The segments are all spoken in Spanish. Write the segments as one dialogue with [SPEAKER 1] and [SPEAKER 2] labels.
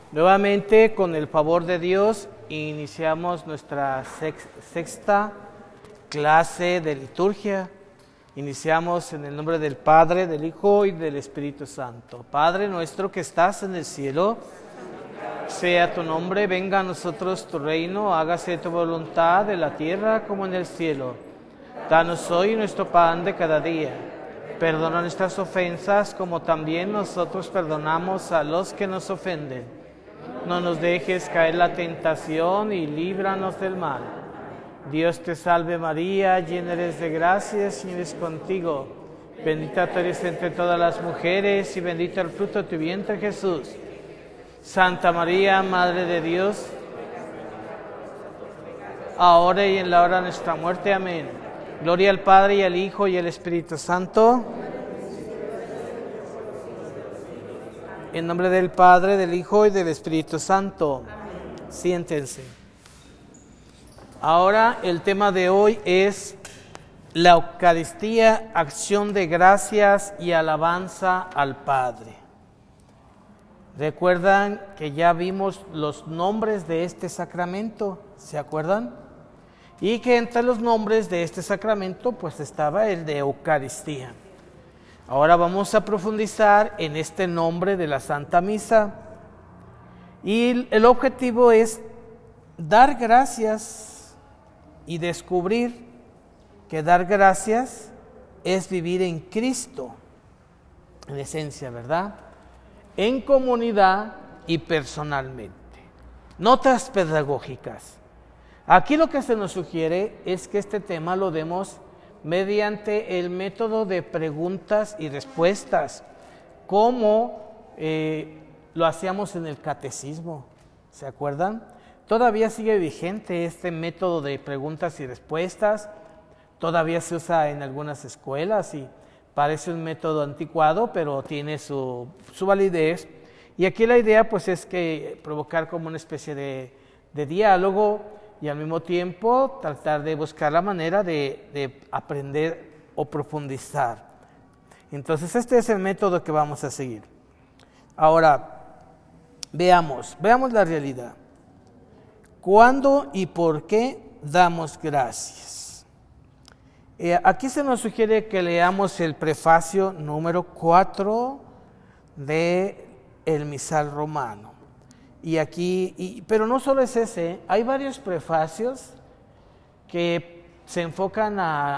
[SPEAKER 1] Nuevamente, con el favor de Dios, iniciamos nuestra sexta clase de liturgia. Iniciamos en el nombre del Padre, del Hijo y del Espíritu Santo. Padre nuestro que estás en el cielo, sea tu nombre, venga a nosotros tu reino, hágase tu voluntad en la tierra como en el cielo. Danos hoy nuestro pan de cada día. Perdona nuestras ofensas como también nosotros perdonamos a los que nos ofenden. No nos dejes caer en la tentación y líbranos del mal. Dios te salve María, llena eres de gracia, el Señor es contigo. Bendita tú eres entre todas las mujeres y bendito el fruto de tu vientre Jesús. Santa María, Madre de Dios, ahora y en la hora de nuestra muerte. Amén. Gloria al Padre y al Hijo y al Espíritu Santo. En nombre del Padre, del Hijo y del Espíritu Santo. Siéntense. Ahora el tema de hoy es la Eucaristía, acción de gracias y alabanza al Padre. ¿Recuerdan que ya vimos los nombres de este sacramento? ¿Se acuerdan? Y que entre los nombres de este sacramento pues estaba el de Eucaristía. Ahora vamos a profundizar en este nombre de la Santa Misa. Y el objetivo es dar gracias y descubrir que dar gracias es vivir en Cristo, en esencia, ¿verdad? En comunidad y personalmente. Notas pedagógicas. Aquí lo que se nos sugiere es que este tema lo demos mediante el método de preguntas y respuestas, como lo hacíamos en el catecismo, ¿se acuerdan? Todavía sigue vigente este método de preguntas y respuestas, todavía se usa en algunas escuelas y parece un método anticuado, pero tiene su validez. Y aquí la idea pues es que provocar como una especie de diálogo, y al mismo tiempo tratar de buscar la manera de aprender o profundizar. Entonces este es el método que vamos a seguir. Ahora, veamos la realidad. ¿Cuándo y por qué damos gracias? Aquí se nos sugiere que leamos el prefacio número 4 del Misal Romano. Y aquí, pero no solo es ese, hay varios prefacios que se enfocan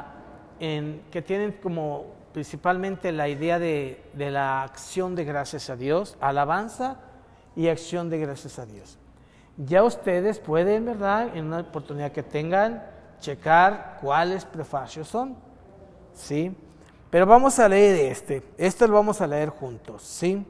[SPEAKER 1] que tienen como principalmente la idea de la acción de gracias a Dios, alabanza y acción de gracias a Dios. Ya ustedes pueden, ¿verdad?, en una oportunidad que tengan, checar cuáles prefacios son, ¿sí? Pero vamos a leer este lo vamos a leer juntos, ¿sí?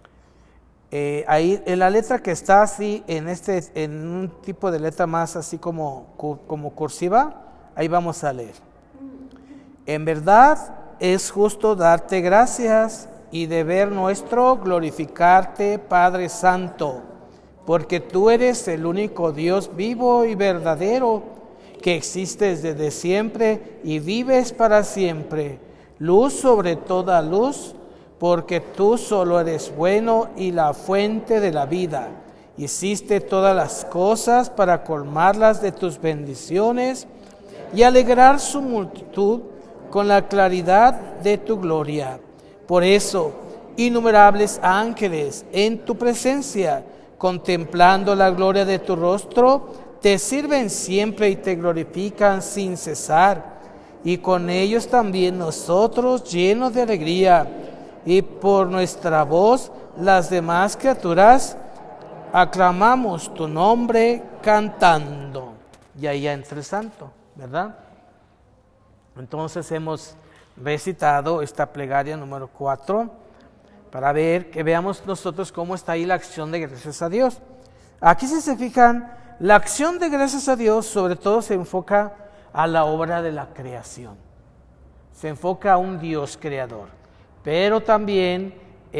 [SPEAKER 1] Ahí en la letra que está así en un tipo de letra más así como cursiva, ahí vamos a leer. En verdad es justo darte gracias y deber nuestro glorificarte, Padre Santo, porque tú eres el único Dios vivo y verdadero, que existes desde siempre y vives para siempre, luz sobre toda luz, porque tú solo eres bueno y la fuente de la vida. Hiciste todas las cosas para colmarlas de tus bendiciones y alegrar su multitud con la claridad de tu gloria. Por eso, innumerables ángeles en tu presencia, contemplando la gloria de tu rostro, te sirven siempre y te glorifican sin cesar. Y con ellos también nosotros, llenos de alegría, y por nuestra voz las demás criaturas aclamamos tu nombre cantando. Y ahí entra el santo, ¿verdad? Entonces hemos recitado esta plegaria número 4 para que veamos nosotros cómo está ahí la acción de gracias a Dios. Aquí, si se fijan, la acción de gracias a Dios sobre todo se enfoca a la obra de la creación. Se enfoca a un Dios creador. Pero también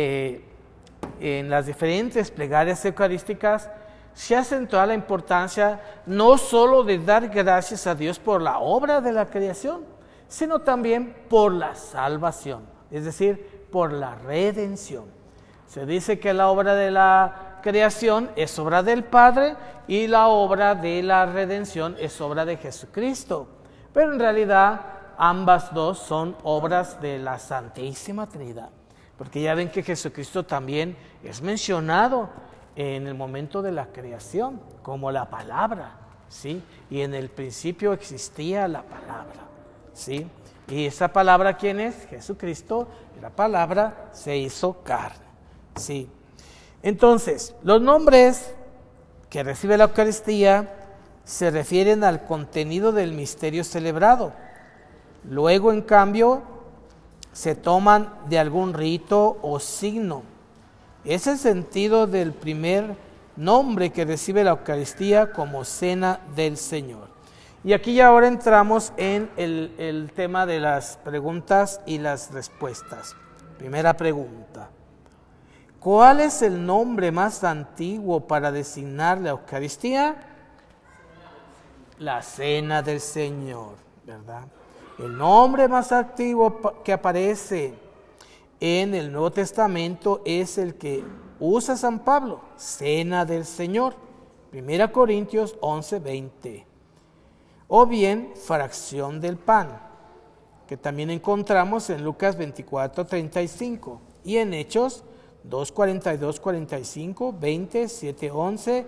[SPEAKER 1] en las diferentes plegarias eucarísticas se acentúa la importancia no solo de dar gracias a Dios por la obra de la creación, sino también por la salvación, es decir, por la redención. Se dice que la obra de la creación es obra del Padre y la obra de la redención es obra de Jesucristo. Pero en realidad ambas dos son obras de la Santísima Trinidad. Porque ya ven que Jesucristo también es mencionado en el momento de la creación como la palabra, ¿sí? Y en el principio existía la palabra, ¿sí? Y esa palabra, ¿quién es? Jesucristo. La palabra se hizo carne, ¿sí? Entonces, los nombres que recibe la Eucaristía se refieren al contenido del misterio celebrado. Luego, en cambio, se toman de algún rito o signo. Es el sentido del primer nombre que recibe la Eucaristía como cena del Señor. Y aquí ya ahora entramos en el tema de las preguntas y las respuestas. Primera pregunta: ¿cuál es el nombre más antiguo para designar la Eucaristía? La cena del Señor, ¿verdad? El nombre más antiguo que aparece en el Nuevo Testamento es el que usa San Pablo, cena del Señor, 1 Corintios 11:20. O bien, fracción del pan, que también encontramos en Lucas 24:35 y en Hechos 2:42-45, 20:7-11,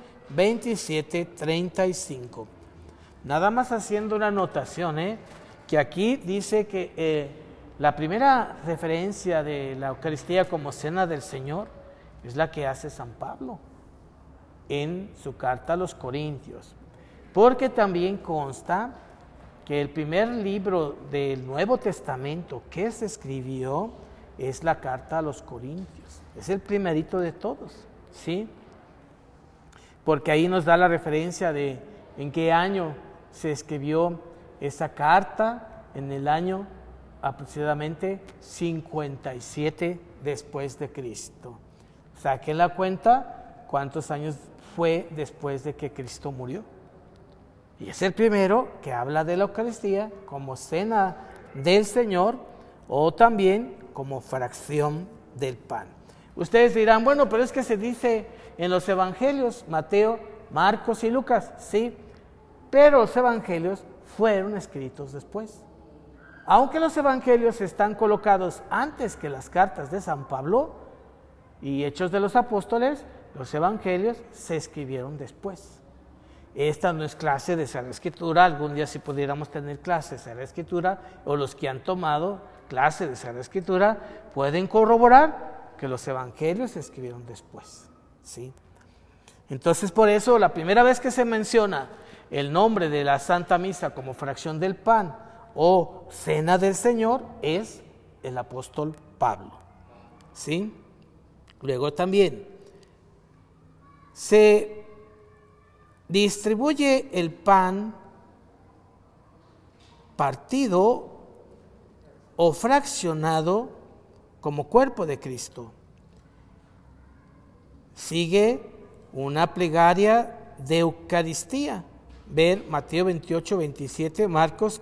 [SPEAKER 1] 27:35. Nada más haciendo una anotación, que aquí dice que la primera referencia de la Eucaristía como cena del Señor es la que hace San Pablo en su carta a los Corintios, porque también consta que el primer libro del Nuevo Testamento que se escribió es la carta a los Corintios, es el primerito de todos, ¿sí? Porque ahí nos da la referencia de en qué año se escribió esa carta, en el año aproximadamente 57 después de Cristo. Saquen la cuenta cuántos años fue después de que Cristo murió. Y es el primero que habla de la Eucaristía como cena del Señor o también como fracción del pan. Ustedes dirán, bueno, pero es que se dice en los evangelios, Mateo, Marcos y Lucas, sí, pero los evangelios fueron escritos después. Aunque los evangelios están colocados antes que las cartas de San Pablo y Hechos de los Apóstoles, los evangelios se escribieron después. Esta no es clase de Sagrada Escritura, algún día si pudiéramos tener clase de Sagrada Escritura, o los que han tomado clase de Sagrada Escritura pueden corroborar que los evangelios se escribieron después, ¿sí? Entonces, por eso, la primera vez que se menciona el nombre de la Santa Misa como fracción del pan o cena del Señor es el apóstol Pablo, ¿sí? Luego también se distribuye el pan partido o fraccionado como cuerpo de Cristo. Sigue una plegaria de Eucaristía. Ver Mateo 28:27, Marcos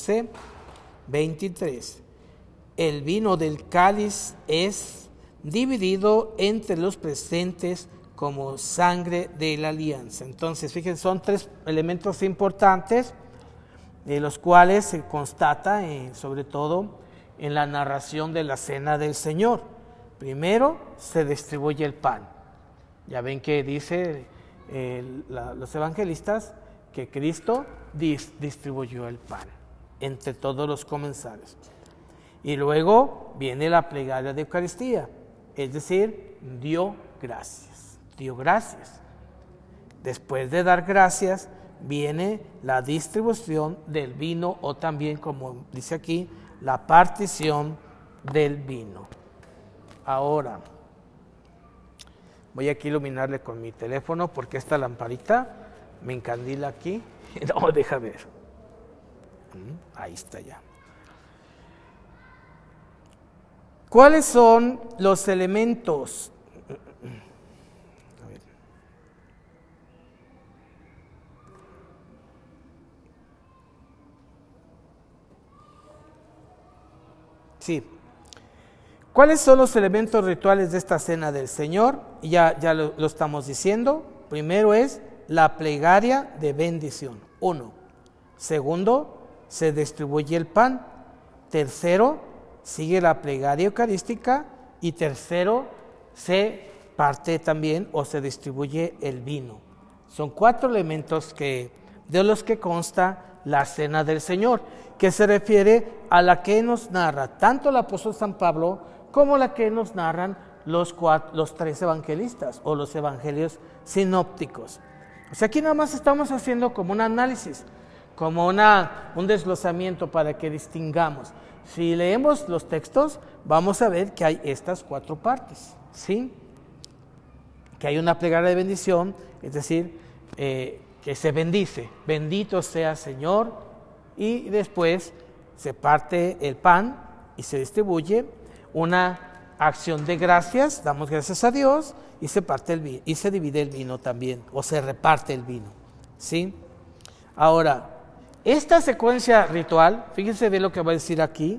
[SPEAKER 1] 14:23. El vino del cáliz es dividido entre los presentes como sangre de la alianza. Entonces, fíjense, son tres elementos importantes de los cuales se constata, sobre todo en la narración de la cena del Señor. Primero, se distribuye el pan. Ya ven que dice los evangelistas que Cristo distribuyó el pan entre todos los comensales. Y luego viene la plegaria de Eucaristía, es decir, dio gracias. Dio gracias. Después de dar gracias, viene la distribución del vino o también, como dice aquí, la partición del vino. Ahora, voy aquí a iluminarle con mi teléfono porque esta lamparita me encandila aquí. No, deja ver. Ahí está ya. ¿Cuáles son los elementos? A ver. Sí. ¿Cuáles son los elementos rituales de esta cena del Señor? Ya lo estamos diciendo. Primero es la plegaria de bendición. 1. Segundo, se distribuye el pan. Tercero, sigue la plegaria eucarística. Y tercero, se parte también o se distribuye el vino. Son 4 elementos de los que consta la cena del Señor, que se refiere a la que nos narra tanto el apóstol San Pablo como la que nos narran los 3 evangelistas o los evangelios sinópticos. O sea, aquí nada más estamos haciendo como un análisis, como un desglosamiento para que distingamos. Si leemos los textos, vamos a ver que hay estas 4 partes, ¿sí? Que hay una plegaria de bendición, es decir, que se bendice, bendito sea Señor, y después se parte el pan y se distribuye una acción de gracias, damos gracias a Dios, y se parte y se divide el vino también, o se reparte el vino, ¿sí? Ahora, esta secuencia ritual, fíjense bien lo que voy a decir aquí,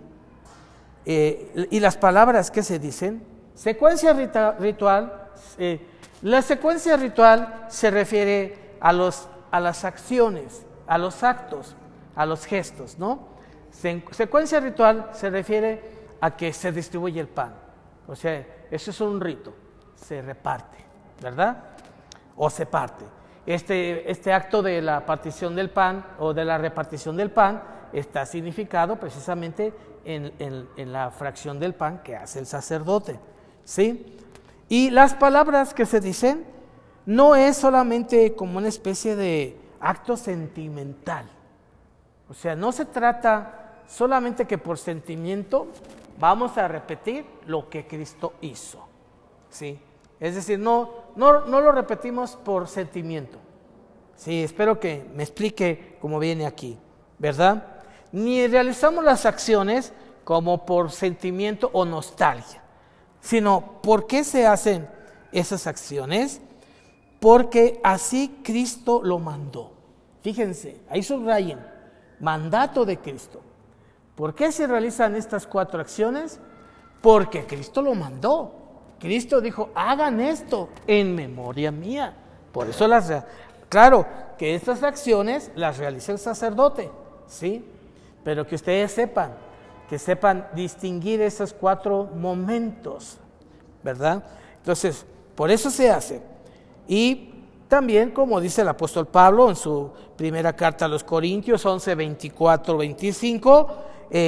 [SPEAKER 1] y las palabras que se dicen. Secuencia ritual, la secuencia ritual se refiere a las acciones, a los actos, a los gestos, ¿no? Secuencia ritual se refiere a que se distribuye el pan, o sea, eso es un rito, se reparte, ¿verdad? O se parte. Este acto de la partición del pan o de la repartición del pan está significado precisamente en la fracción del pan que hace el sacerdote, ¿sí? Y las palabras que se dicen no es solamente como una especie de acto sentimental, o sea, no se trata solamente que por sentimiento vamos a repetir lo que Cristo hizo, ¿sí? Es decir, no lo repetimos por sentimiento. Sí, espero que me explique cómo viene aquí, ¿verdad? Ni realizamos las acciones como por sentimiento o nostalgia, sino ¿por qué se hacen esas acciones? Porque así Cristo lo mandó. Fíjense, ahí subrayen, mandato de Cristo. ¿Por qué se realizan estas 4 acciones? Porque Cristo lo mandó. Cristo dijo, hagan esto en memoria mía. Por eso claro, que estas acciones las realiza el sacerdote, ¿sí? Pero que ustedes sepan distinguir esos 4 momentos, ¿verdad? Entonces, por eso se hace. Y también, como dice el apóstol Pablo en su primera carta a los Corintios 11, 24, 25,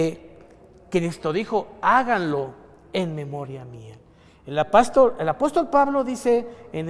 [SPEAKER 1] Cristo dijo, háganlo en memoria mía. El apóstol Pablo dice en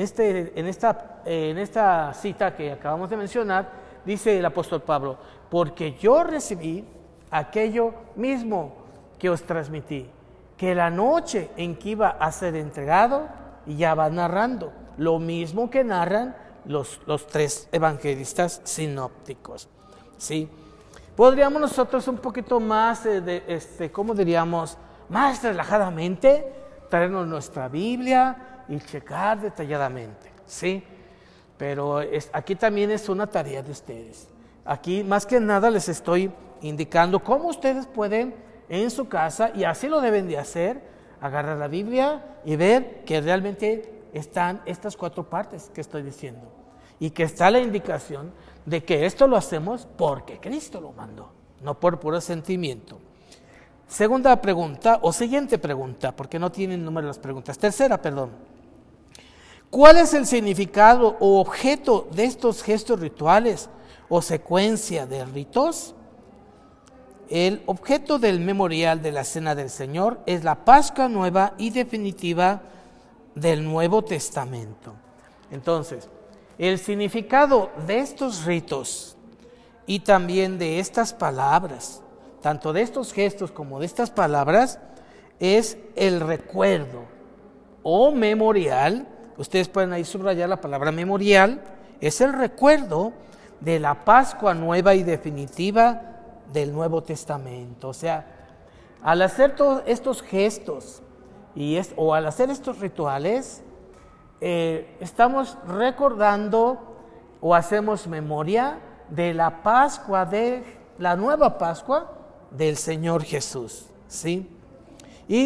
[SPEAKER 1] esta cita que acabamos de mencionar, dice el apóstol Pablo, porque yo recibí aquello mismo que os transmití, que la noche en que iba a ser entregado, y ya va narrando lo mismo que narran los 3 evangelistas sinópticos, ¿sí? Podríamos nosotros un poquito más, ¿cómo diríamos? Más relajadamente traernos nuestra Biblia y checar detalladamente, ¿sí? Pero aquí también es una tarea de ustedes. Aquí más que nada les estoy indicando cómo ustedes pueden en su casa, y así lo deben de hacer, agarrar la Biblia y ver que realmente están estas 4 partes que estoy diciendo, y que está la indicación de que esto lo hacemos porque Cristo lo mandó, no por puro sentimiento. Segunda pregunta, o siguiente pregunta, porque no tienen número las preguntas. Tercera, perdón. ¿Cuál es el significado o objeto de estos gestos rituales o secuencia de ritos? El objeto del memorial de la Cena del Señor es la Pascua nueva y definitiva del Nuevo Testamento. Entonces, el significado de estos ritos y también de estas palabras, tanto de estos gestos como de estas palabras, es el recuerdo o memorial. Ustedes pueden ahí subrayar la palabra memorial. Es el recuerdo de la Pascua nueva y definitiva del Nuevo Testamento. O sea, al hacer todos estos gestos o al hacer estos rituales, estamos recordando o hacemos memoria de la Pascua, de la nueva Pascua del Señor Jesús, ¿sí? Y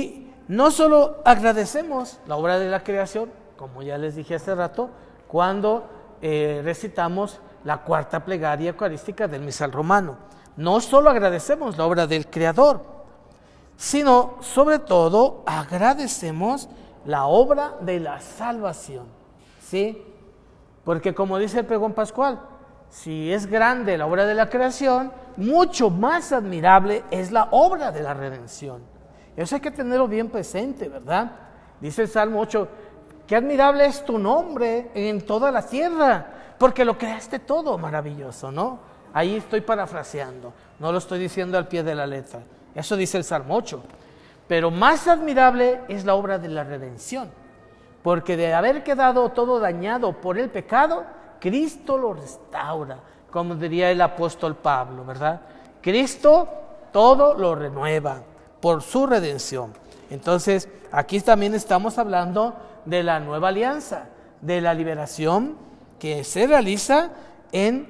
[SPEAKER 1] No solo agradecemos la obra de la creación, como ya les dije hace rato, cuando recitamos la cuarta plegaria eucarística del misal romano. No solo agradecemos la obra del Creador, sino sobre todo agradecemos la obra de la salvación, ¿sí? Porque como dice el pregón pascual, si es grande la obra de la creación, mucho más admirable es la obra de la redención. Eso hay que tenerlo bien presente, ¿verdad? Dice el Salmo 8, qué admirable es tu nombre en toda la tierra, porque lo creaste todo maravilloso, ¿no? Ahí estoy parafraseando, no lo estoy diciendo al pie de la letra. Eso dice el Salmo 8. Pero más admirable es la obra de la redención, porque de haber quedado todo dañado por el pecado, Cristo lo restaura, como diría el apóstol Pablo, ¿verdad? Cristo todo lo renueva por su redención. Entonces, aquí también estamos hablando de la nueva alianza, de la liberación que se realiza en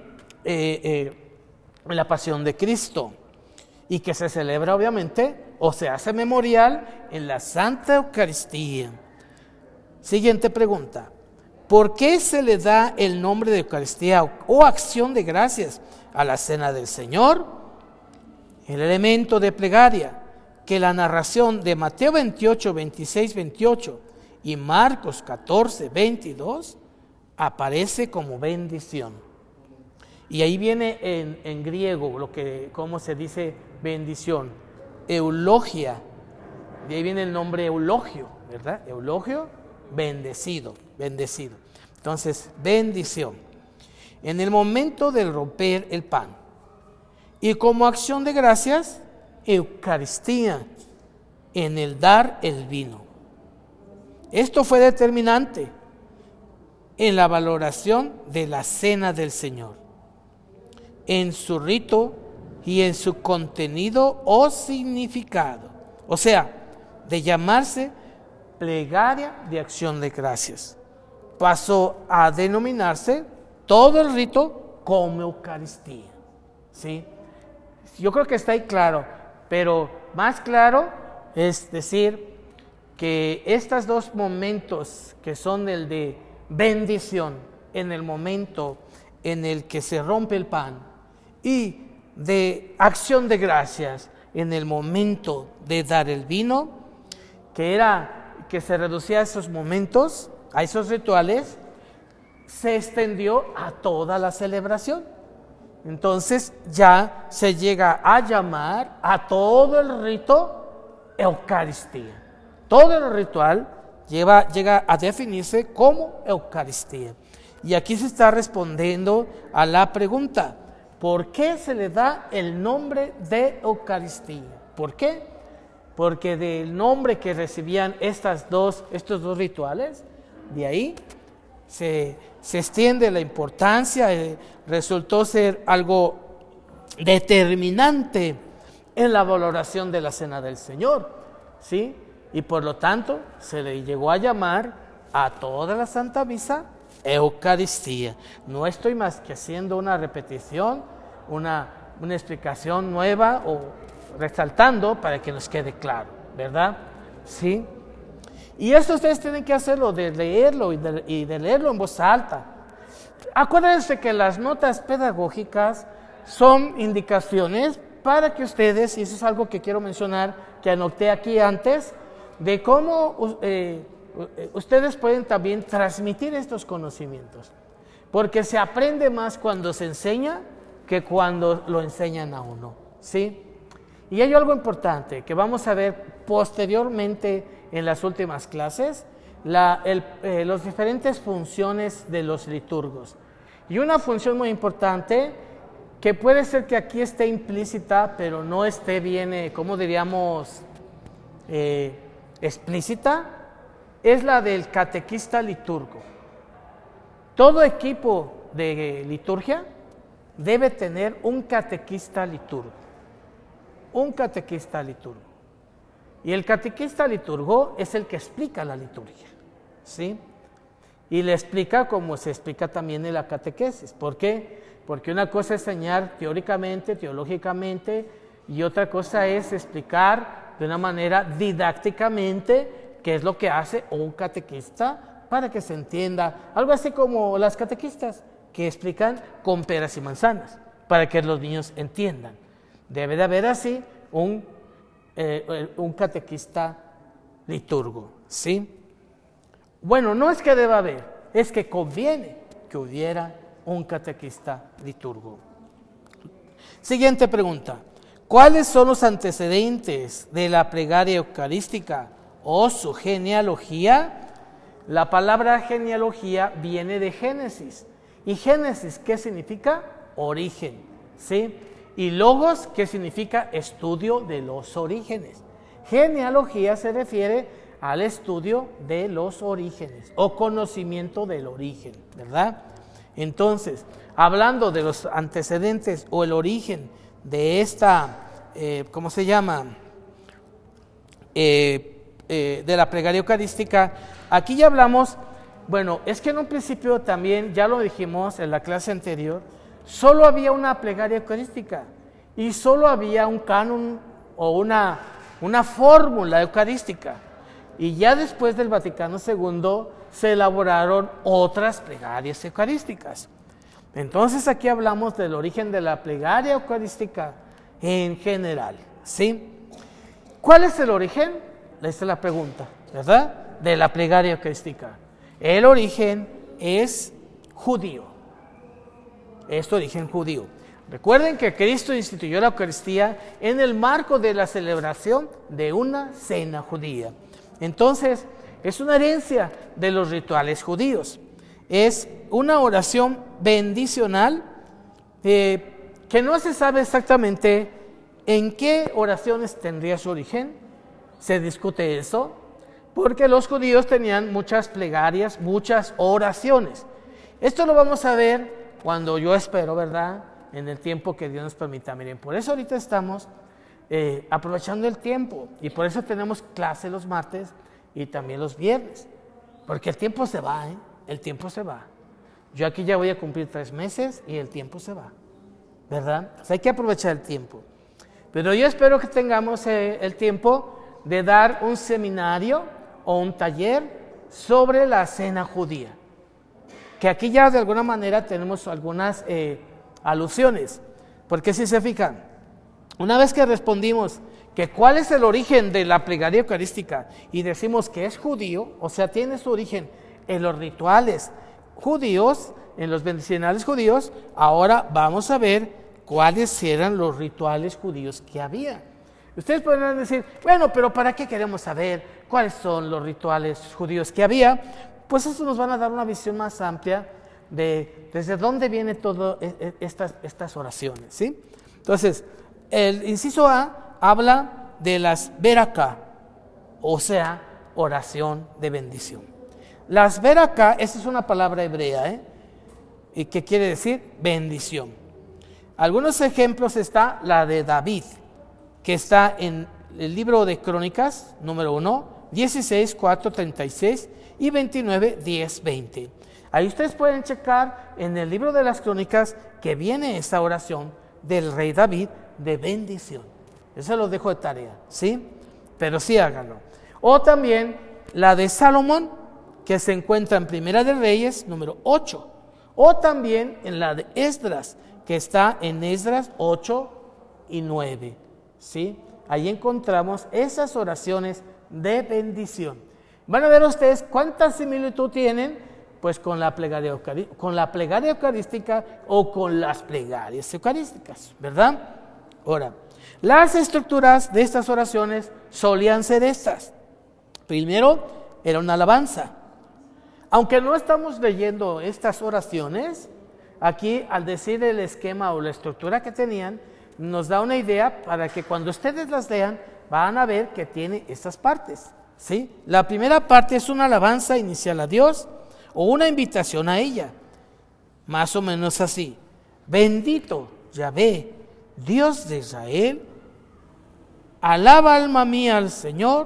[SPEAKER 1] la pasión de Cristo y que se celebra obviamente o se hace memorial en la Santa Eucaristía. Siguiente pregunta. ¿Por qué se le da el nombre de Eucaristía o acción de gracias a la Cena del Señor? El elemento de plegaria que la narración de Mateo 28, 26, 28 y Marcos 14, 22 aparece como bendición. Y ahí viene en griego cómo se dice bendición, eulogia. De ahí viene el nombre eulogio, ¿verdad? Eulogio, bendecido, bendecido. Entonces, bendición. En el momento del romper el pan. Y como acción de gracias, Eucaristía, en el dar el vino. Esto fue determinante en la valoración de la Cena del Señor, en su rito y en su contenido o significado. O sea, de llamarse plegaria de acción de gracias, pasó a denominarse todo el rito como Eucaristía, ¿sí? Yo creo que está ahí claro, pero más claro es decir que estos dos momentos que son el de bendición en el momento en el que se rompe el pan y de acción de gracias en el momento de dar el vino, que se reducía a esos momentos, a esos rituales, se extendió a toda la celebración. Entonces ya se llega a llamar a todo el rito Eucaristía. Todo el ritual llega a definirse como Eucaristía. Y aquí se está respondiendo a la pregunta, ¿por qué se le da el nombre de Eucaristía? ¿Por qué? Porque del nombre que recibían estos dos rituales, de ahí se extiende la importancia, resultó ser algo determinante en la valoración de la Cena del Señor, ¿sí? Y por lo tanto se le llegó a llamar a toda la Santa Misa Eucaristía. No estoy más que haciendo una repetición, una explicación nueva o resaltando para que nos quede claro, ¿verdad? ¿Sí? Y esto ustedes tienen que hacerlo, de leerlo y de leerlo en voz alta. Acuérdense que las notas pedagógicas son indicaciones para que ustedes, y eso es algo que quiero mencionar, que anoté aquí antes, de cómo ustedes pueden también transmitir estos conocimientos. Porque se aprende más cuando se enseña que cuando lo enseñan a uno, ¿sí? Y hay algo importante que vamos a ver posteriormente en las últimas clases, las diferentes funciones de los liturgos. Y una función muy importante, que puede ser que aquí esté implícita, pero no esté bien, ¿cómo diríamos? Explícita, es la del catequista liturgo. Todo equipo de liturgia debe tener un catequista liturgo. Un catequista liturgo. Y el catequista liturgo es el que explica la liturgia, ¿sí? Y le explica como se explica también en la catequesis. ¿Por qué? Porque una cosa es enseñar teóricamente, teológicamente, y otra cosa es explicar de una manera didácticamente qué es lo que hace un catequista para que se entienda. Algo así como las catequistas que explican con peras y manzanas para que los niños entiendan. Debe de haber así un catequista liturgo, ¿sí? Bueno, no es que deba haber, es que conviene que hubiera un catequista liturgo. Siguiente pregunta. ¿Cuáles son los antecedentes de la plegaria eucarística o su genealogía? La palabra genealogía viene de Génesis. ¿Y Génesis qué significa? Origen, ¿sí? Y logos, ¿qué significa? Estudio de los orígenes. Genealogía se refiere al estudio de los orígenes o conocimiento del origen, ¿verdad? Entonces, hablando de los antecedentes o el origen de esta, ¿cómo se llama? De la plegaria eucarística, aquí ya hablamos, bueno, es que en un principio también, ya lo dijimos en la clase anterior, solo había una plegaria eucarística y solo había un canon o una fórmula eucarística. Y ya después del Vaticano II se elaboraron otras plegarias eucarísticas. Entonces aquí hablamos del origen de la plegaria eucarística en general, ¿sí? ¿Cuál es el origen? Esta es la pregunta, ¿verdad? De la plegaria eucarística. El origen es judío. Es origen judío. Recuerden que Cristo instituyó la Eucaristía en el marco de la celebración de una cena judía. Entonces, es una herencia de los rituales judíos. Es una oración bendicional que no se sabe exactamente en qué oraciones tendría su origen. Se discute eso, porque los judíos tenían muchas plegarias, muchas oraciones. Esto lo vamos a ver cuando yo espero, ¿verdad?, en el tiempo que Dios nos permita. Miren, por eso ahorita estamos aprovechando el tiempo y por eso tenemos clase los martes y también los viernes, porque el tiempo se va, el tiempo se va. Yo aquí ya voy a cumplir 3 meses y el tiempo se va, ¿verdad? O sea, hay que aprovechar el tiempo. Pero yo espero que tengamos el tiempo de dar un seminario o un taller sobre la cena judía, que aquí ya de alguna manera tenemos algunas alusiones, porque si se fijan, una vez que respondimos que cuál es el origen de la plegaria eucarística y decimos que es judío, o sea, tiene su origen en los rituales judíos, en los bendicionales judíos, ahora vamos a ver cuáles eran los rituales judíos que había. Ustedes podrán decir, bueno, pero ¿para qué queremos saber cuáles son los rituales judíos que había? Pues eso nos van a dar una visión más amplia de desde dónde vienen todas estas oraciones, ¿sí? Entonces, el inciso A habla de las Beraká, o sea, oración de bendición. Las Beraká, esa es una palabra hebrea, y que quiere decir bendición. Algunos ejemplos está la de David, que está en el libro de Crónicas, número 1, 16, 4, 36 y 29, 10, 20. Ahí ustedes pueden checar en el libro de las Crónicas que viene esa oración del rey David de bendición. Eso lo dejo de tarea, ¿sí? Pero sí háganlo. O también la de Salomón, que se encuentra en Primera de Reyes, número 8. O también en la de Esdras, que está en Esdras 8 y 9, ¿sí? Ahí encontramos esas oraciones de bendición. Van a ver ustedes cuánta similitud tienen, pues con la plegaria eucarística o con las plegarias eucarísticas, ¿verdad? Ahora, las estructuras de estas oraciones solían ser estas. Primero, era una alabanza. Aunque no estamos leyendo estas oraciones, aquí al decir el esquema o la estructura que tenían, nos da una idea para que cuando ustedes las lean, van a ver que tiene estas partes, ¿sí? La primera parte es una alabanza inicial a Dios o una invitación a ella, más o menos así. Bendito Yahvé, Dios de Israel, alaba alma mía al Señor,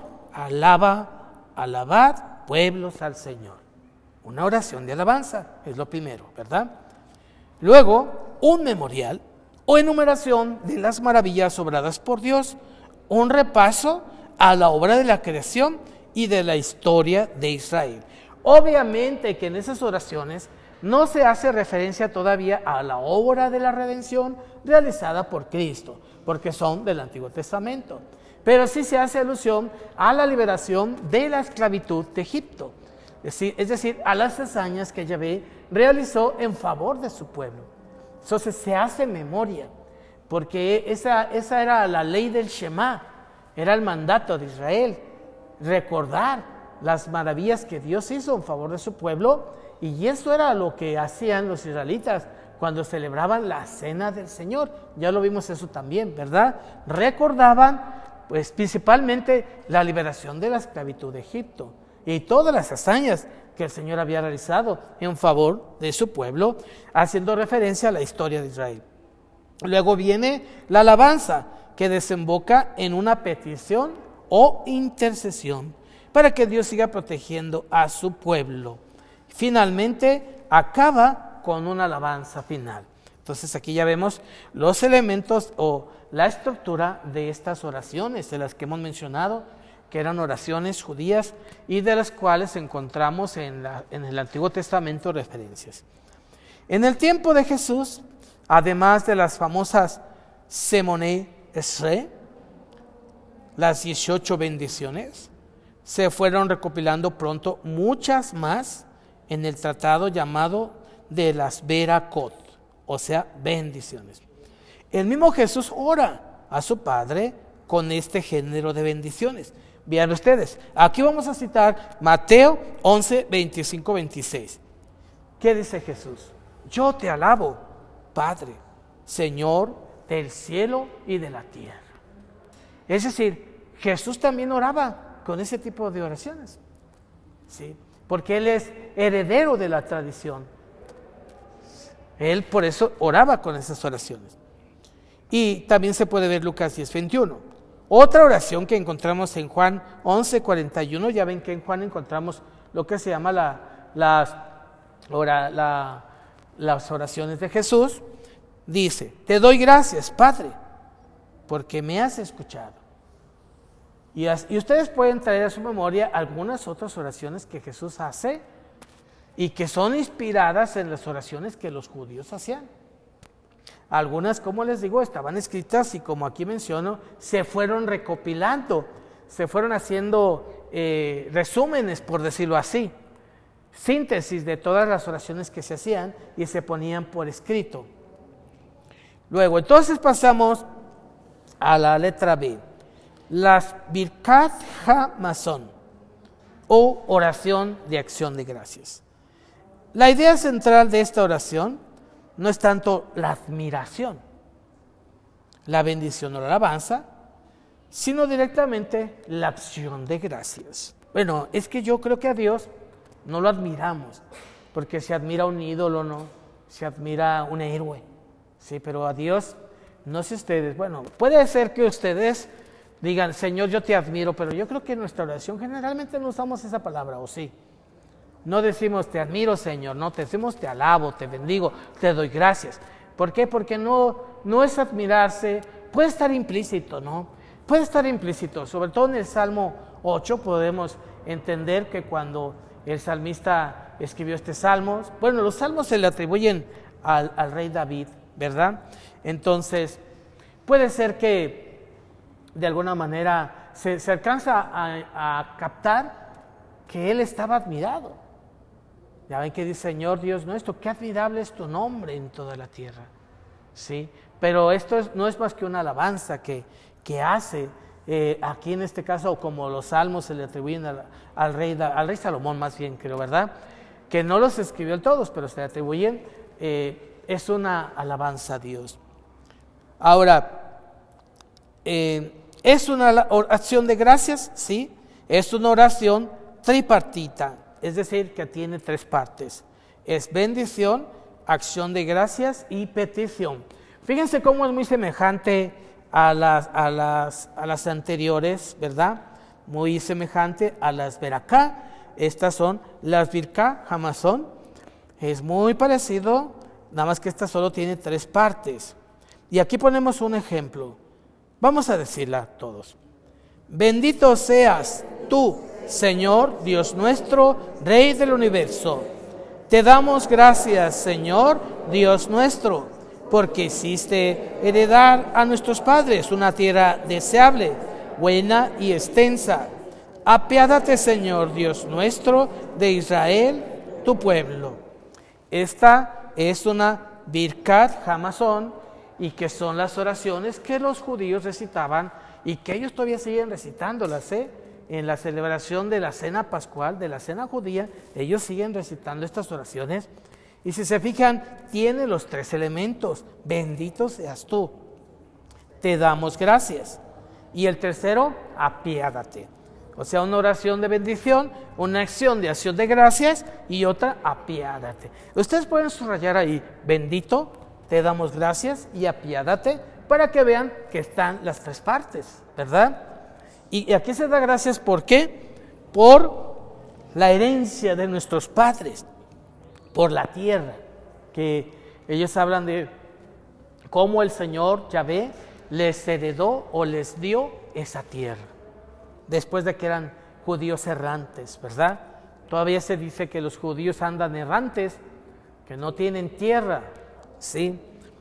[SPEAKER 1] alabad pueblos al Señor. Una oración de alabanza es lo primero, ¿verdad? Luego, un memorial o enumeración de las maravillas obradas por Dios, un repaso a la obra de la creación y de la historia de Israel. Obviamente que en esas oraciones no se hace referencia todavía a la obra de la redención realizada por Cristo, porque son del Antiguo Testamento. Pero sí se hace alusión a la liberación de la esclavitud de Egipto, es decir, a las hazañas que Yahvé realizó en favor de su pueblo. Entonces se hace memoria, porque esa era la ley del Shema, era el mandato de Israel, recordar las maravillas que Dios hizo en favor de su pueblo, y eso era lo que hacían los israelitas cuando celebraban la cena del Señor. Ya lo vimos eso también, ¿verdad? Recordaban pues principalmente la liberación de la esclavitud de Egipto y todas las hazañas que el Señor había realizado en favor de su pueblo, haciendo referencia a la historia de Israel. Luego viene la alabanza, que desemboca en una petición o intercesión para que Dios siga protegiendo a su pueblo. Finalmente acaba con una alabanza final. Entonces aquí ya vemos los elementos o la estructura de estas oraciones, de las que hemos mencionado, que eran oraciones judías y de las cuales encontramos en el Antiguo Testamento referencias. En el tiempo de Jesús, además de las famosas Semoné Esrei, las 18 bendiciones, se fueron recopilando pronto muchas más en el tratado llamado de las Berakot, o sea, bendiciones. El mismo Jesús ora a su Padre con este género de bendiciones. Vean ustedes, aquí vamos a citar Mateo 11, 25, 26. ¿Qué dice Jesús? Yo te alabo, Padre, Señor del cielo y de la tierra. Es decir, Jesús también oraba con ese tipo de oraciones, ¿sí? Porque Él es heredero de la tradición. Él por eso oraba con esas oraciones. Y también se puede ver Lucas 10, 21. Otra oración que encontramos en Juan 11, 41. Ya ven que en Juan encontramos lo que se llama las oraciones de Jesús. Dice, te doy gracias, Padre, porque me has escuchado. Y ustedes pueden traer a su memoria algunas otras oraciones que Jesús hace y que son inspiradas en las oraciones que los judíos hacían. Algunas, como les digo, estaban escritas y, como aquí menciono, se fueron recopilando, se fueron haciendo resúmenes, por decirlo así, síntesis de todas las oraciones que se hacían y se ponían por escrito. Luego, entonces pasamos a la letra B, las Birkat HaMazon, o oración de acción de gracias. La idea central de esta oración no es tanto la admiración, la bendición o la alabanza, sino directamente la acción de gracias. Bueno, es que yo creo que a Dios no lo admiramos, porque se admira un ídolo, no, se admira un héroe, sí, pero a Dios, no sé ustedes, bueno, puede ser que ustedes digan, Señor, yo te admiro, pero yo creo que en nuestra oración generalmente no usamos esa palabra, ¿o sí? No decimos te admiro, Señor, no, te decimos te alabo, te bendigo, te doy gracias. ¿Por qué? Porque no es admirarse, puede estar implícito, ¿no? Puede estar implícito, sobre todo en el Salmo 8 podemos entender que cuando el salmista escribió este salmo, bueno, los salmos se le atribuyen al rey David, ¿verdad? Entonces, puede ser que de alguna manera se alcanza a captar que él estaba admirado. Ya ven que dice, Señor Dios nuestro, qué admirable es tu nombre en toda la tierra, ¿sí? Pero esto no es más que una alabanza que hace, aquí en este caso, como los salmos se le atribuyen al rey Salomón, más bien creo, ¿verdad? Que no los escribió él todos, pero se le atribuyen, es una alabanza a Dios. Ahora, ¿es una oración de gracias? Sí, es una oración tripartita. Es decir, que tiene tres partes. Es bendición, acción de gracias y petición. Fíjense cómo es muy semejante a las anteriores, ¿verdad? Muy semejante a las Beraká. Estas son las Birkat HaMazon. Es muy parecido, nada más que esta solo tiene tres partes. Y aquí ponemos un ejemplo. Vamos a decirla todos. Bendito seas tú, Señor, Dios nuestro, Rey del universo. Te damos gracias, Señor, Dios nuestro, porque hiciste heredar a nuestros padres una tierra deseable, buena y extensa. Apiádate, Señor, Dios nuestro, de Israel, tu pueblo. Esta es una Birkat Hamazon, y que son las oraciones que los judíos recitaban y que ellos todavía siguen recitándolas, en la celebración de la cena pascual, de la cena judía, ellos siguen recitando estas oraciones. Y si se fijan, tiene los tres elementos: bendito seas tú, te damos gracias, y el tercero, apiádate. O sea, una oración de bendición, una acción de gracias y otra, apiádate. Ustedes pueden subrayar ahí, bendito, te damos gracias y apiádate, para que vean que están las tres partes, ¿verdad? Y aquí se da gracias, ¿por qué? Por la herencia de nuestros padres, por la tierra, que ellos hablan de cómo el Señor Yahvé les heredó o les dio esa tierra, después de que eran judíos errantes, ¿verdad? Todavía se dice que los judíos andan errantes, que no tienen tierra, ¿sí?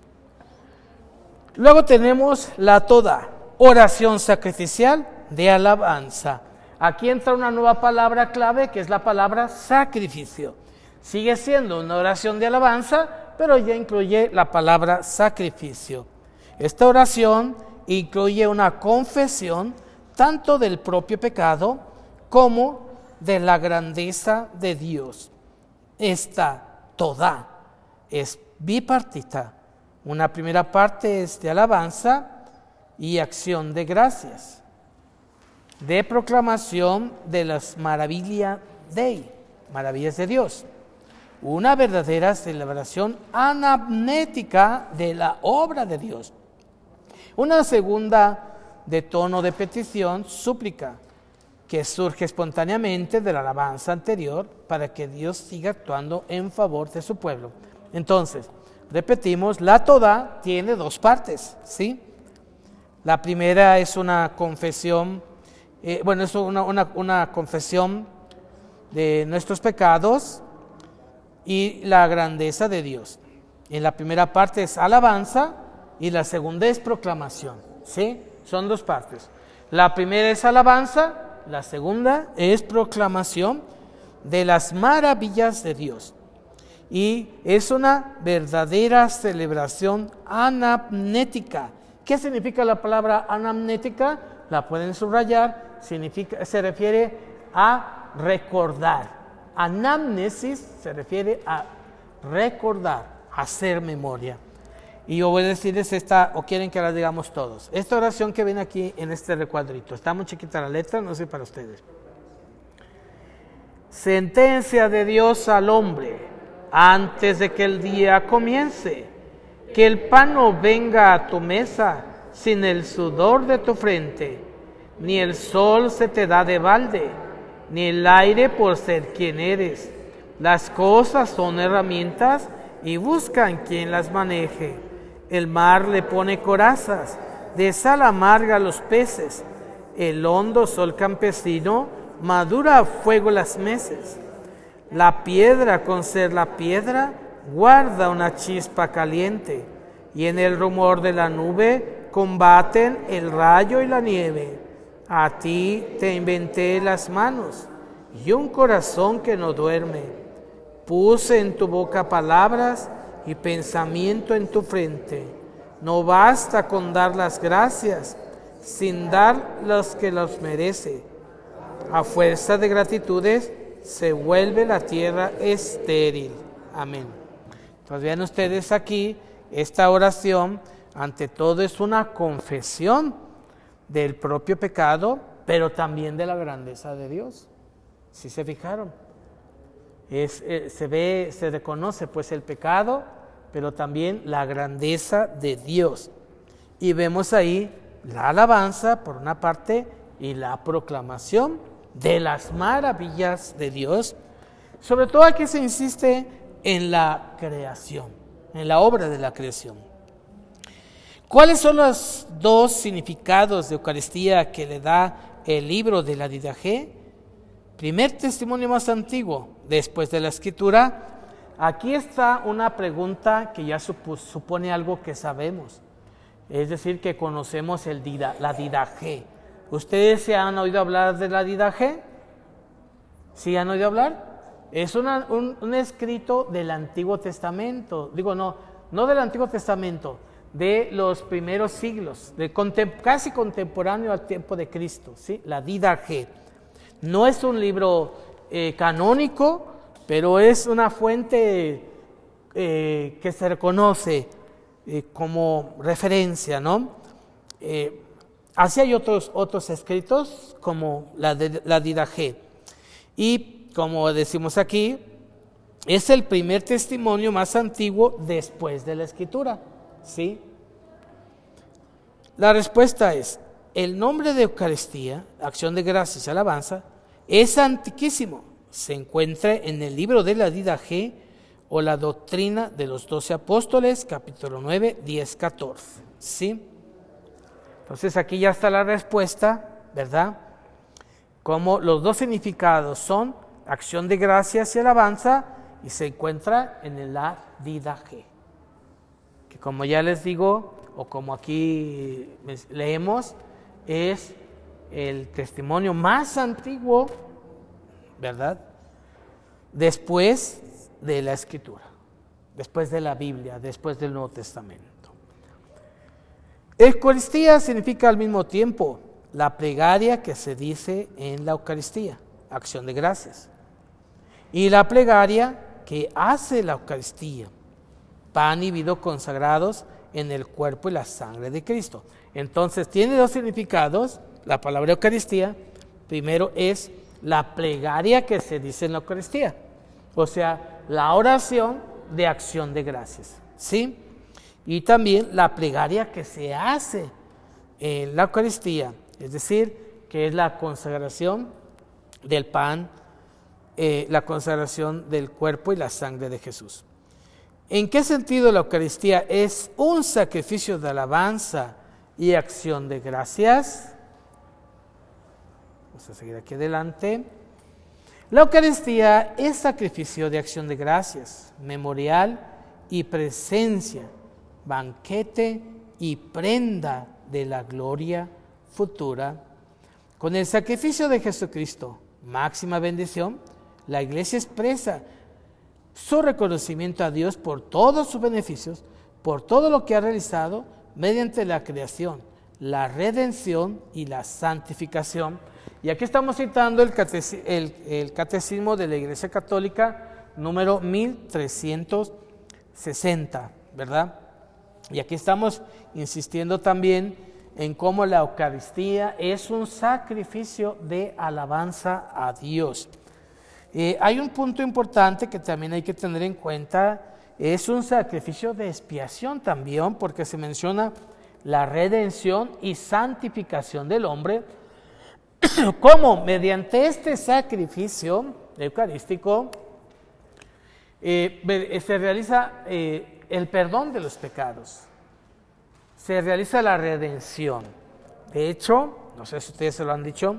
[SPEAKER 1] Luego tenemos la Toda, oración sacrificial de alabanza. Aquí entra una nueva palabra clave, que es la palabra sacrificio. Sigue siendo una oración de alabanza, pero ya incluye la palabra sacrificio. Esta oración incluye una confesión tanto del propio pecado como de la grandeza de Dios. Esta Toda es bipartita. Una primera parte es de alabanza y acción de gracias, de proclamación de las maravillas de Dios. Una verdadera celebración anamnética de la obra de Dios. Una segunda de tono de petición, súplica, que surge espontáneamente de la alabanza anterior para que Dios siga actuando en favor de su pueblo. Entonces, repetimos, la Toda tiene dos partes, ¿sí? La primera es una confesión, es una confesión de nuestros pecados y la grandeza de Dios. En la primera parte es alabanza y la segunda es proclamación, ¿sí? Son dos partes. La primera es alabanza, la segunda es proclamación de las maravillas de Dios. Y es una verdadera celebración anamnética. ¿Qué significa la palabra anamnética? La pueden subrayar, se refiere a recordar. Anamnesis se refiere a recordar, hacer memoria. Y yo voy a decirles esta, o quieren que la digamos todos. Esta oración que ven aquí en este recuadrito, está muy chiquita la letra, no sé para ustedes. Sentencia de Dios al hombre, antes de que el día comience, que el pan no venga a tu mesa sin el sudor de tu frente, ni el sol se te da de balde, ni el aire por ser quien eres. Las cosas son herramientas y buscan quien las maneje. El mar le pone corazas, de sal amarga los peces. El hondo sol campesino madura a fuego las meses. La piedra, con ser la piedra, guarda una chispa caliente, y en el rumor de la nube combaten el rayo y la nieve. A ti te inventé las manos y un corazón que no duerme. Puse en tu boca palabras y pensamiento en tu frente. No basta con dar las gracias, sin dar los que los merece. A fuerza de gratitudes se vuelve la tierra estéril. Amén. Entonces vean ustedes aquí, esta oración, ante todo es una confesión del propio pecado, pero también de la grandeza de Dios. ¿Sí se fijaron? Se reconoce pues el pecado, pero también la grandeza de Dios. Y vemos ahí la alabanza por una parte y la proclamación de las maravillas de Dios. Sobre todo aquí se insiste en la creación, en la obra de la creación. ¿Cuáles son los dos significados de Eucaristía que le da el libro de la Didache, primer testimonio más antiguo después de la Escritura? Aquí está una pregunta que ya supone algo que sabemos, es decir, que conocemos la Didache. ¿Ustedes se han oído hablar de la Didache? ¿Sí han oído hablar? Es un escrito del Antiguo Testamento, no del Antiguo Testamento, de los primeros siglos, casi contemporáneo al tiempo de Cristo, ¿sí? La Didache. No es un libro canónico, pero es una fuente que se reconoce como referencia, ¿no? Así hay otros escritos como la Didache. Y como decimos aquí, es el primer testimonio más antiguo después de la Escritura, ¿sí? La respuesta es: el nombre de Eucaristía, acción de gracias y alabanza, es antiquísimo. Se encuentra en el libro de la Didache o la doctrina de los 12 apóstoles, capítulo 9, 10, 14, ¿sí? Entonces aquí ya está la respuesta, ¿verdad? Como los dos significados son acción de gracias y alabanza, y se encuentra en la Didache, que como ya les digo, o como aquí leemos, es el testimonio más antiguo, ¿verdad? Después de la Escritura, después de la Biblia, después del Nuevo Testamento. Eucaristía significa al mismo tiempo la plegaria que se dice en la Eucaristía, acción de gracias, y la plegaria que hace la Eucaristía, pan y vino consagrados en el cuerpo y la sangre de Cristo. Entonces tiene dos significados la palabra Eucaristía. Primero es la plegaria que se dice en la Eucaristía, o sea, la oración de acción de gracias, ¿sí? Y también la plegaria que se hace en la Eucaristía, es decir, que es la consagración del pan, la consagración del cuerpo y la sangre de Jesús. ¿En qué sentido la Eucaristía es un sacrificio de alabanza y acción de gracias? Vamos a seguir aquí adelante. La Eucaristía es sacrificio de acción de gracias, memorial y presencia, banquete y prenda de la gloria futura. Con el sacrificio de Jesucristo, máxima bendición, la Iglesia expresa su reconocimiento a Dios por todos sus beneficios, por todo lo que ha realizado mediante la creación, la redención y la santificación. Y aquí estamos citando el Catecismo de la Iglesia Católica número 1360, ¿verdad? Y aquí estamos insistiendo también en cómo la Eucaristía es un sacrificio de alabanza a Dios. Hay un punto importante que también hay que tener en cuenta: es un sacrificio de expiación también, porque se menciona la redención y santificación del hombre, como mediante este sacrificio eucarístico se realiza el perdón de los pecados, se realiza la redención. De hecho, no sé si ustedes se lo han dicho,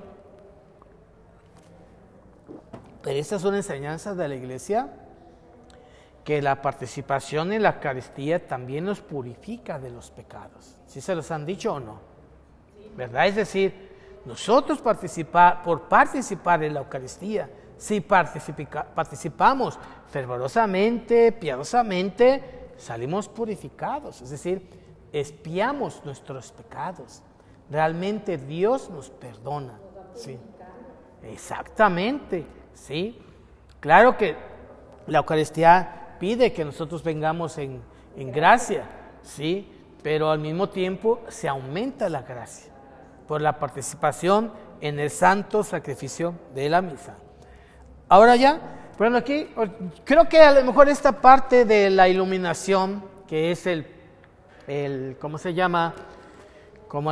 [SPEAKER 1] pero estas son enseñanzas de la Iglesia, que la participación en la Eucaristía también nos purifica de los pecados. ¿Sí se los han dicho o no? ¿Verdad? Es decir, nosotros por participar en la Eucaristía, si participamos fervorosamente, piadosamente, salimos purificados, es decir, expiamos nuestros pecados. Realmente Dios nos perdona. Sí. Exactamente, sí. Claro que la Eucaristía pide que nosotros vengamos en gracia, sí, pero al mismo tiempo se aumenta la gracia por la participación en el santo sacrificio de la misa. Ahora ya, bueno, aquí creo que a lo mejor esta parte de la iluminación, que es el ¿cómo se llama? Como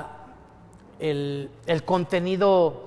[SPEAKER 1] el contenido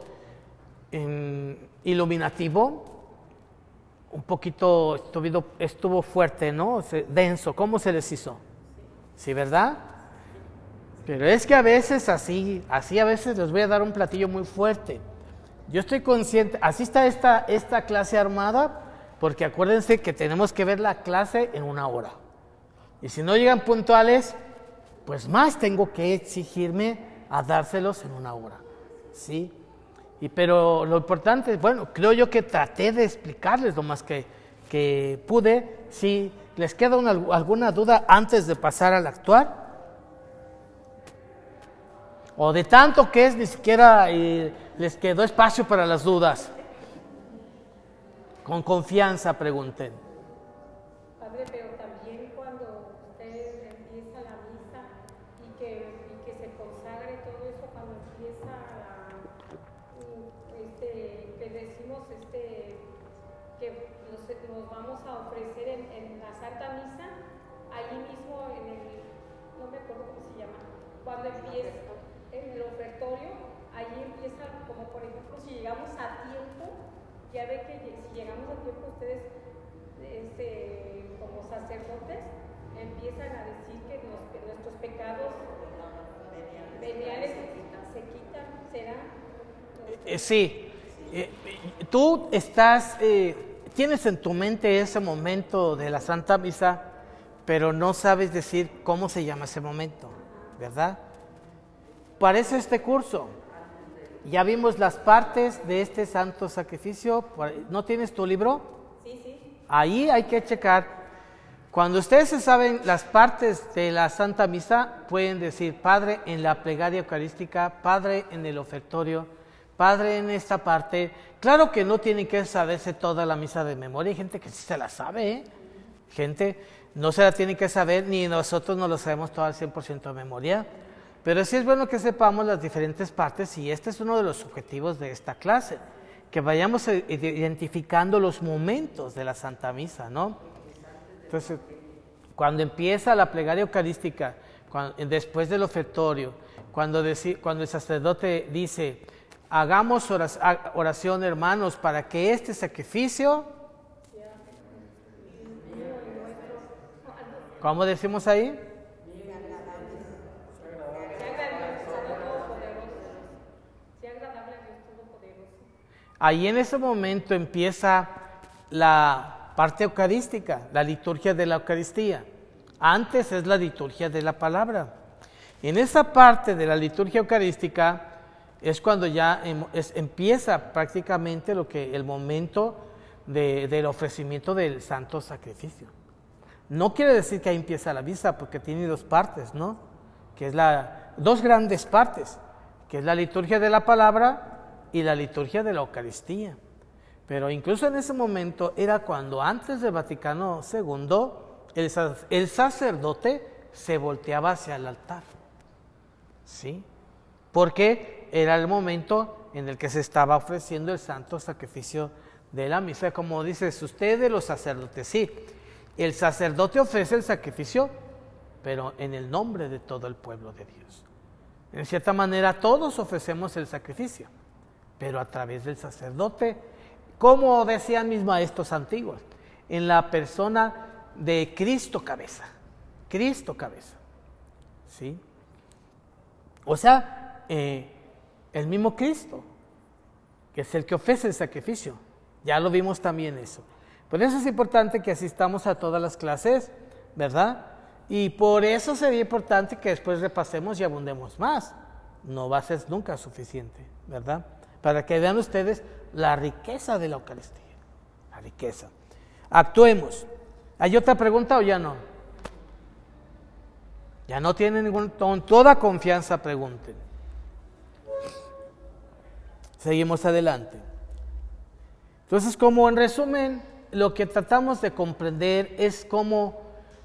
[SPEAKER 1] iluminativo, un poquito estuvo fuerte, ¿no? Denso. ¿Cómo se les hizo? ¿Sí, verdad? Pero es que a veces así a veces les voy a dar un platillo muy fuerte. Yo estoy consciente, así está esta clase armada, porque acuérdense que tenemos que ver la clase en 1 hora. Y si no llegan puntuales, pues más tengo que exigirme a dárselos en 1 hora, ¿sí? Pero lo importante, bueno, creo yo que traté de explicarles lo más que pude. Si les queda alguna duda antes de pasar al actuar, o de tanto que es, ni siquiera les quedó espacio para las dudas. Con confianza pregunten.
[SPEAKER 2] Padre, pero también cuando usted empieza la misa y que se consagre todo eso, cuando empieza que decimos que nos vamos a ofrecer en la Santa Misa, ahí mismo no me acuerdo cómo se llama, cuando empieza en el ofertorio, ahí empieza, como por ejemplo, si llegamos a tiempo, ya ve que si llegamos a tiempo ustedes, como sacerdotes, empiezan a decir que nuestros pecados veniales se quitan, ¿será?
[SPEAKER 1] Sí, tú tienes en tu mente ese momento de la Santa Misa, pero no sabes decir cómo se llama ese momento, ¿verdad? Para eso este curso. Ya vimos las partes de este santo sacrificio. ¿No tienes tu libro?
[SPEAKER 2] Sí.
[SPEAKER 1] Ahí hay que checar. Cuando ustedes se saben las partes de la Santa Misa, pueden decir Padre en la plegaria eucarística, Padre en el ofertorio, Padre en esta parte. Claro que no tienen que saberse toda la misa de memoria. Hay gente que sí se la sabe, ¿eh? Gente no se la tiene que saber, ni nosotros no lo sabemos todo al 100% de memoria. Pero sí es bueno que sepamos las diferentes partes, y este es uno de los objetivos de esta clase, que vayamos identificando los momentos de la Santa Misa, ¿no? Entonces, cuando empieza la plegaria eucarística, después del ofertorio, cuando el sacerdote dice, hagamos oración, hermanos, para que este sacrificio, ¿cómo decimos ahí? Ahí en ese momento empieza la parte eucarística, la liturgia de la Eucaristía. Antes es la liturgia de la palabra. En esa parte de la liturgia eucarística es cuando ya empieza prácticamente el momento del ofrecimiento del santo sacrificio. No quiere decir que ahí empieza la misa, porque tiene 2 partes, ¿no? Que es 2 grandes partes, que es la liturgia de la palabra y la liturgia de la Eucaristía. Pero incluso en ese momento era cuando antes del Vaticano II el sacerdote se volteaba hacia el altar, ¿sí? Porque era el momento en el que se estaba ofreciendo el santo sacrificio de la misa. Como dices ustedes, los sacerdotes, sí, el sacerdote ofrece el sacrificio, pero en el nombre de todo el pueblo de Dios. En cierta manera todos ofrecemos el sacrificio, pero a través del sacerdote, como decían mis maestros antiguos, en la persona de Cristo cabeza, ¿sí? O sea, el mismo Cristo, que es el que ofrece el sacrificio. Ya lo vimos también eso. Por eso es importante que asistamos a todas las clases, ¿verdad? Y por eso sería importante que después repasemos y abundemos más. No va a ser nunca suficiente, ¿verdad? Para que vean ustedes la riqueza de la Eucaristía. La riqueza. Actuemos. ¿Hay otra pregunta o ya no? Ya no tienen con toda confianza pregunten. Seguimos adelante. Entonces, como en resumen, lo que tratamos de comprender es cómo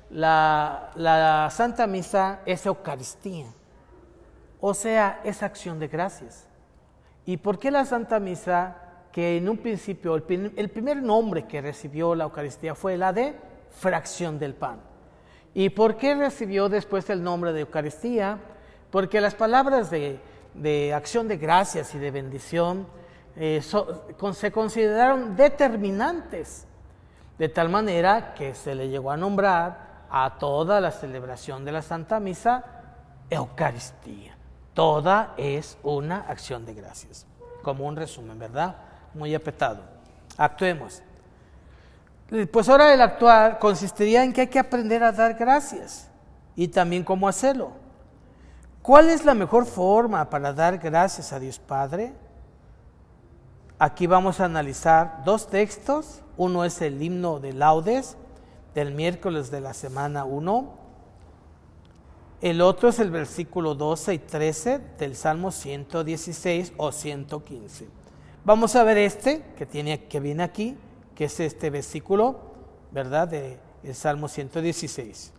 [SPEAKER 1] la Santa Misa es Eucaristía, o sea, es acción de gracias. ¿Y por qué la Santa Misa, que en un principio el primer nombre que recibió la Eucaristía fue la de fracción del pan? ¿Y por qué recibió después el nombre de Eucaristía? Porque las palabras de acción de gracias y de bendición se consideraron determinantes, de tal manera que se le llegó a nombrar a toda la celebración de la Santa Misa Eucaristía. Toda es una acción de gracias. Como un resumen, ¿verdad? Muy apretado. Actuemos. Pues ahora el actuar consistiría en que hay que aprender a dar gracias y también cómo hacerlo. ¿Cuál es la mejor forma para dar gracias a Dios Padre? Aquí vamos a analizar dos textos. Uno es el himno de laudes del miércoles de la semana 1. El otro es el versículo 12 y 13 del Salmo 116 o 115. Vamos a ver que viene aquí, que es este versículo, ¿verdad? Del Salmo 116.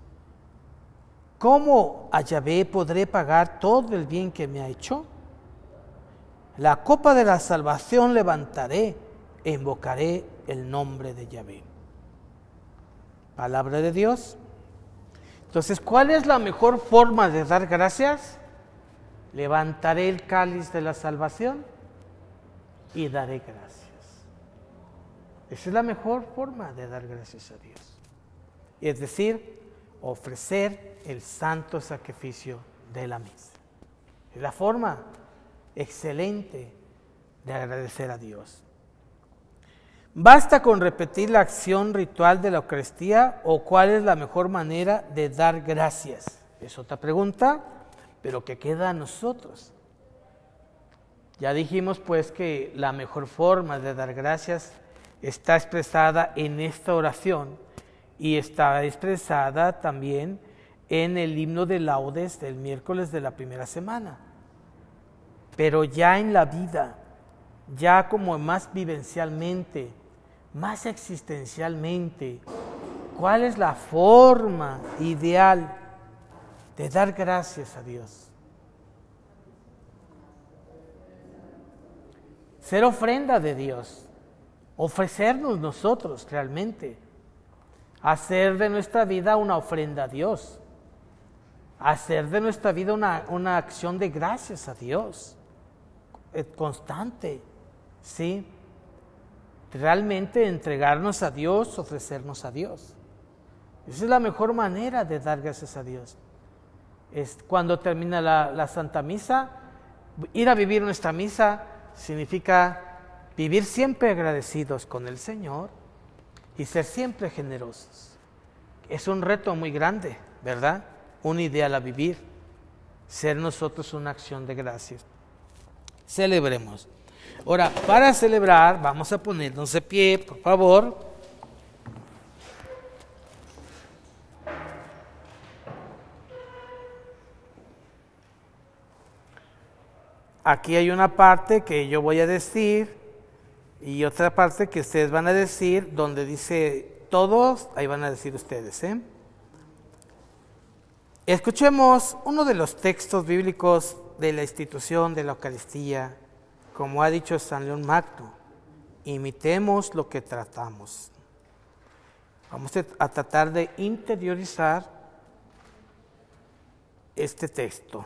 [SPEAKER 1] ¿Cómo a Yahvé podré pagar todo el bien que me ha hecho? La copa de la salvación levantaré e invocaré el nombre de Yahvé. Palabra de Dios. Entonces, ¿cuál es la mejor forma de dar gracias? Levantaré el cáliz de la salvación y daré gracias. Esa es la mejor forma de dar gracias a Dios. Es decir, ofrecer el santo sacrificio de la misa. Es la forma excelente de agradecer a Dios. ¿Basta con repetir la acción ritual de la Eucaristía o cuál es la mejor manera de dar gracias? Es otra pregunta, pero que queda a nosotros. Ya dijimos pues que la mejor forma de dar gracias está expresada en esta oración y está expresada también en el himno de laudes del miércoles de la primera semana. Pero ya en la vida, ya como más vivencialmente, más existencialmente, ¿cuál es la forma ideal de dar gracias a Dios? Ser ofrenda de Dios, ofrecernos nosotros realmente, hacer de nuestra vida una ofrenda a Dios, hacer de nuestra vida una acción de gracias a Dios, constante, ¿sí? Realmente entregarnos a Dios, ofrecernos a Dios. Esa es la mejor manera de dar gracias a Dios. Es cuando termina la Santa Misa, ir a vivir nuestra misa significa vivir siempre agradecidos con el Señor y ser siempre generosos. Es un reto muy grande, ¿verdad? Un ideal a vivir, ser nosotros una acción de gracias. Celebremos. Ahora, para celebrar, vamos a ponernos de pie, por favor. Aquí hay una parte que yo voy a decir y otra parte que ustedes van a decir, donde dice todos, ahí van a decir ustedes, ¿eh? Escuchemos uno de los textos bíblicos de la institución de la Eucaristía, como ha dicho San León Magno, imitemos lo que tratamos. Vamos a tratar de interiorizar este texto.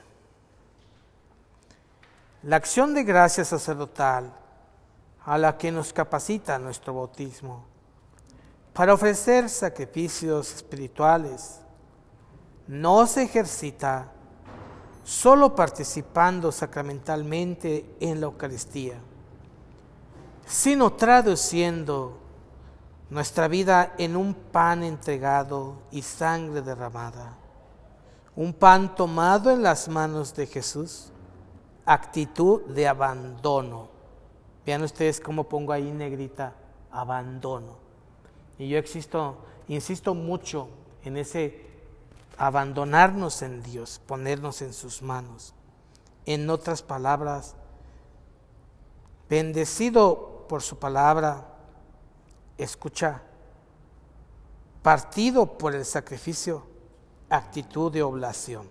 [SPEAKER 1] La acción de gracia sacerdotal a la que nos capacita nuestro bautismo para ofrecer sacrificios espirituales no se ejercita solo participando sacramentalmente en la Eucaristía, sino traduciendo nuestra vida en un pan entregado y sangre derramada, un pan tomado en las manos de Jesús, actitud de abandono. Vean ustedes cómo pongo ahí negrita, abandono. Y yo insisto mucho en ese abandonarnos en Dios, ponernos en sus manos. En otras palabras, bendecido por su palabra, escucha, partido por el sacrificio, actitud de oblación,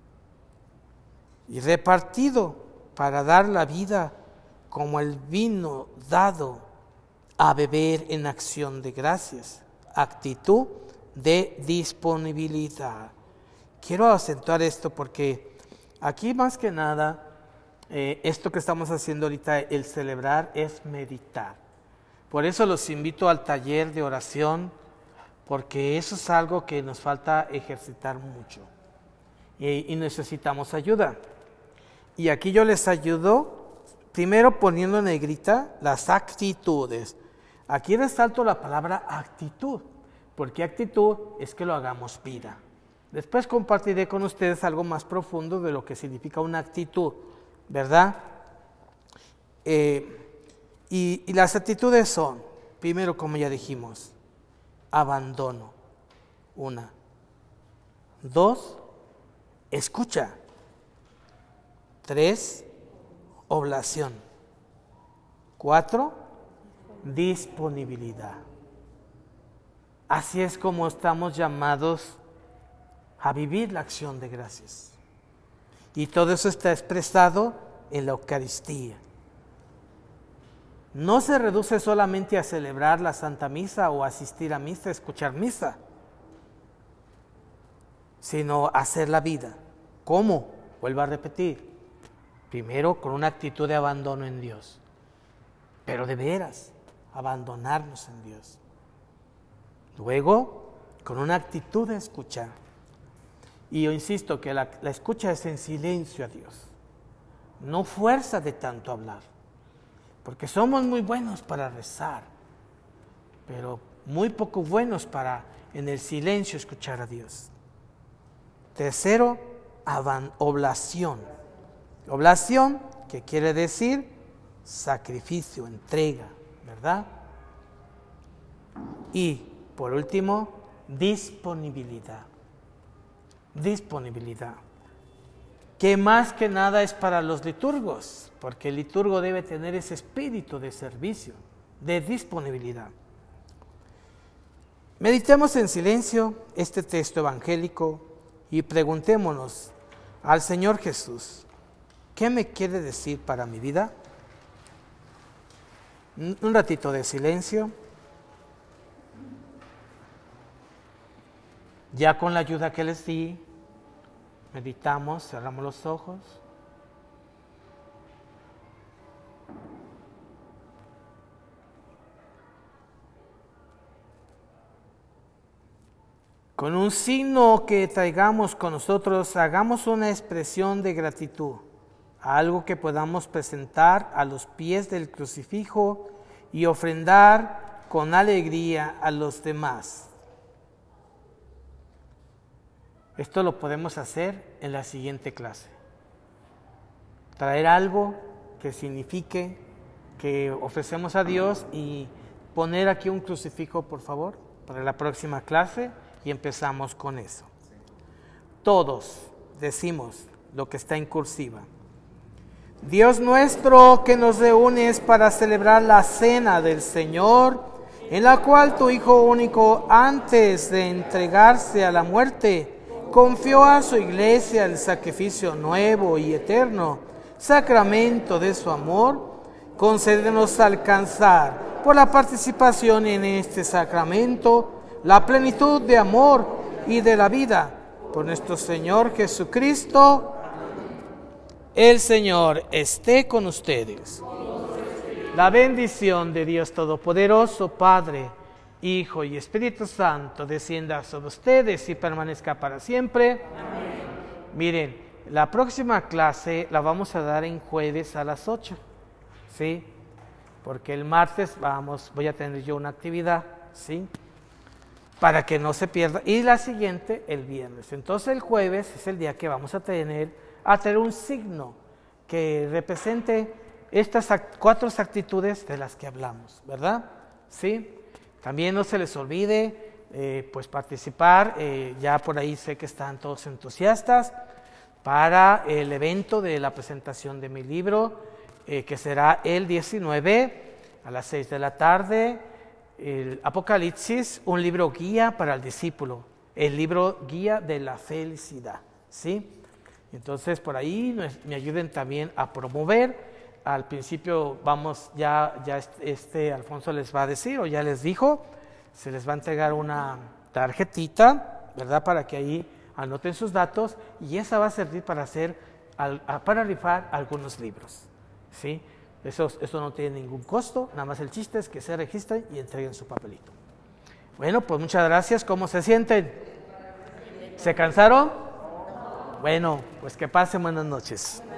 [SPEAKER 1] y repartido para dar la vida como el vino dado a beber en acción de gracias, actitud de disponibilidad. Quiero acentuar esto porque aquí más que nada, esto que estamos haciendo ahorita, el celebrar, es meditar. Por eso los invito al taller de oración, porque eso es algo que nos falta ejercitar mucho. y necesitamos ayuda. Y aquí yo les ayudo, primero poniendo en negrita las actitudes. Aquí resalto la palabra actitud, porque actitud es que lo hagamos vida. Después compartiré con ustedes algo más profundo de lo que significa una actitud, ¿verdad? Y las actitudes son, primero, como ya dijimos, abandono. 1. 2, escucha. 3, oblación. 4, disponibilidad. Así es como estamos llamados a vivir la acción de gracias. Y todo eso está expresado en la Eucaristía. No se reduce solamente a celebrar la Santa Misa o asistir a misa, escuchar misa, sino hacer la vida. ¿Cómo? Vuelvo a repetir. Primero, con una actitud de abandono en Dios. Pero de veras, abandonarnos en Dios. Luego, con una actitud de escuchar. Y yo insisto que la escucha es en silencio a Dios. No fuerza de tanto hablar. Porque somos muy buenos para rezar, pero muy poco buenos para en el silencio escuchar a Dios. Tercero, oblación. Oblación, que quiere decir sacrificio, entrega, ¿verdad? Y por último, disponibilidad. Disponibilidad. Que más que nada es para los liturgos, porque el liturgo debe tener ese espíritu de servicio, de disponibilidad. Meditemos en silencio este texto evangélico y preguntémonos al Señor Jesús, ¿qué me quiere decir para mi vida? Un ratito de silencio. Ya con la ayuda que les di, meditamos, cerramos los ojos. Con un signo que traigamos con nosotros, hagamos una expresión de gratitud, algo que podamos presentar a los pies del crucifijo y ofrendar con alegría a los demás. Esto lo podemos hacer en la siguiente clase. Traer algo que signifique que ofrecemos a Dios y poner aquí un crucifijo, por favor, para la próxima clase y empezamos con eso. Todos decimos lo que está en cursiva. Dios nuestro, que nos reúnes para celebrar la cena del Señor, en la cual tu Hijo único, antes de entregarse a la muerte, confió a su iglesia el sacrificio nuevo y eterno, sacramento de su amor, concédenos alcanzar por la participación en este sacramento la plenitud de amor y de la vida. Por nuestro Señor Jesucristo, el Señor esté con ustedes. La bendición de Dios Todopoderoso, Padre, Hijo y Espíritu Santo, descienda sobre ustedes y permanezca para siempre. Amén. Miren, la próxima clase la vamos a dar en jueves a las 8, ¿sí? Porque el martes voy a tener yo una actividad, ¿sí? Para que no se pierda. Y la siguiente el viernes. Entonces el jueves es el día que vamos a tener un signo que represente estas 4 actitudes de las que hablamos, ¿verdad? ¿Sí? También no se les olvide pues participar, ya por ahí sé que están todos entusiastas, para el evento de la presentación de mi libro, que será el 19 a las 6 de la tarde, el Apocalipsis, un libro guía para el discípulo, el libro guía de la felicidad, ¿sí? Entonces por ahí me ayuden también a promover. Al principio ya Alfonso les va a decir, o ya les dijo, se les va a entregar una tarjetita, ¿verdad? Para que ahí anoten sus datos y esa va a servir para para rifar algunos libros, ¿sí? Eso no tiene ningún costo, nada más el chiste es que se registren y entreguen su papelito. Bueno, pues muchas gracias. ¿Cómo se sienten? ¿Se cansaron? Bueno, pues que pasen buenas noches.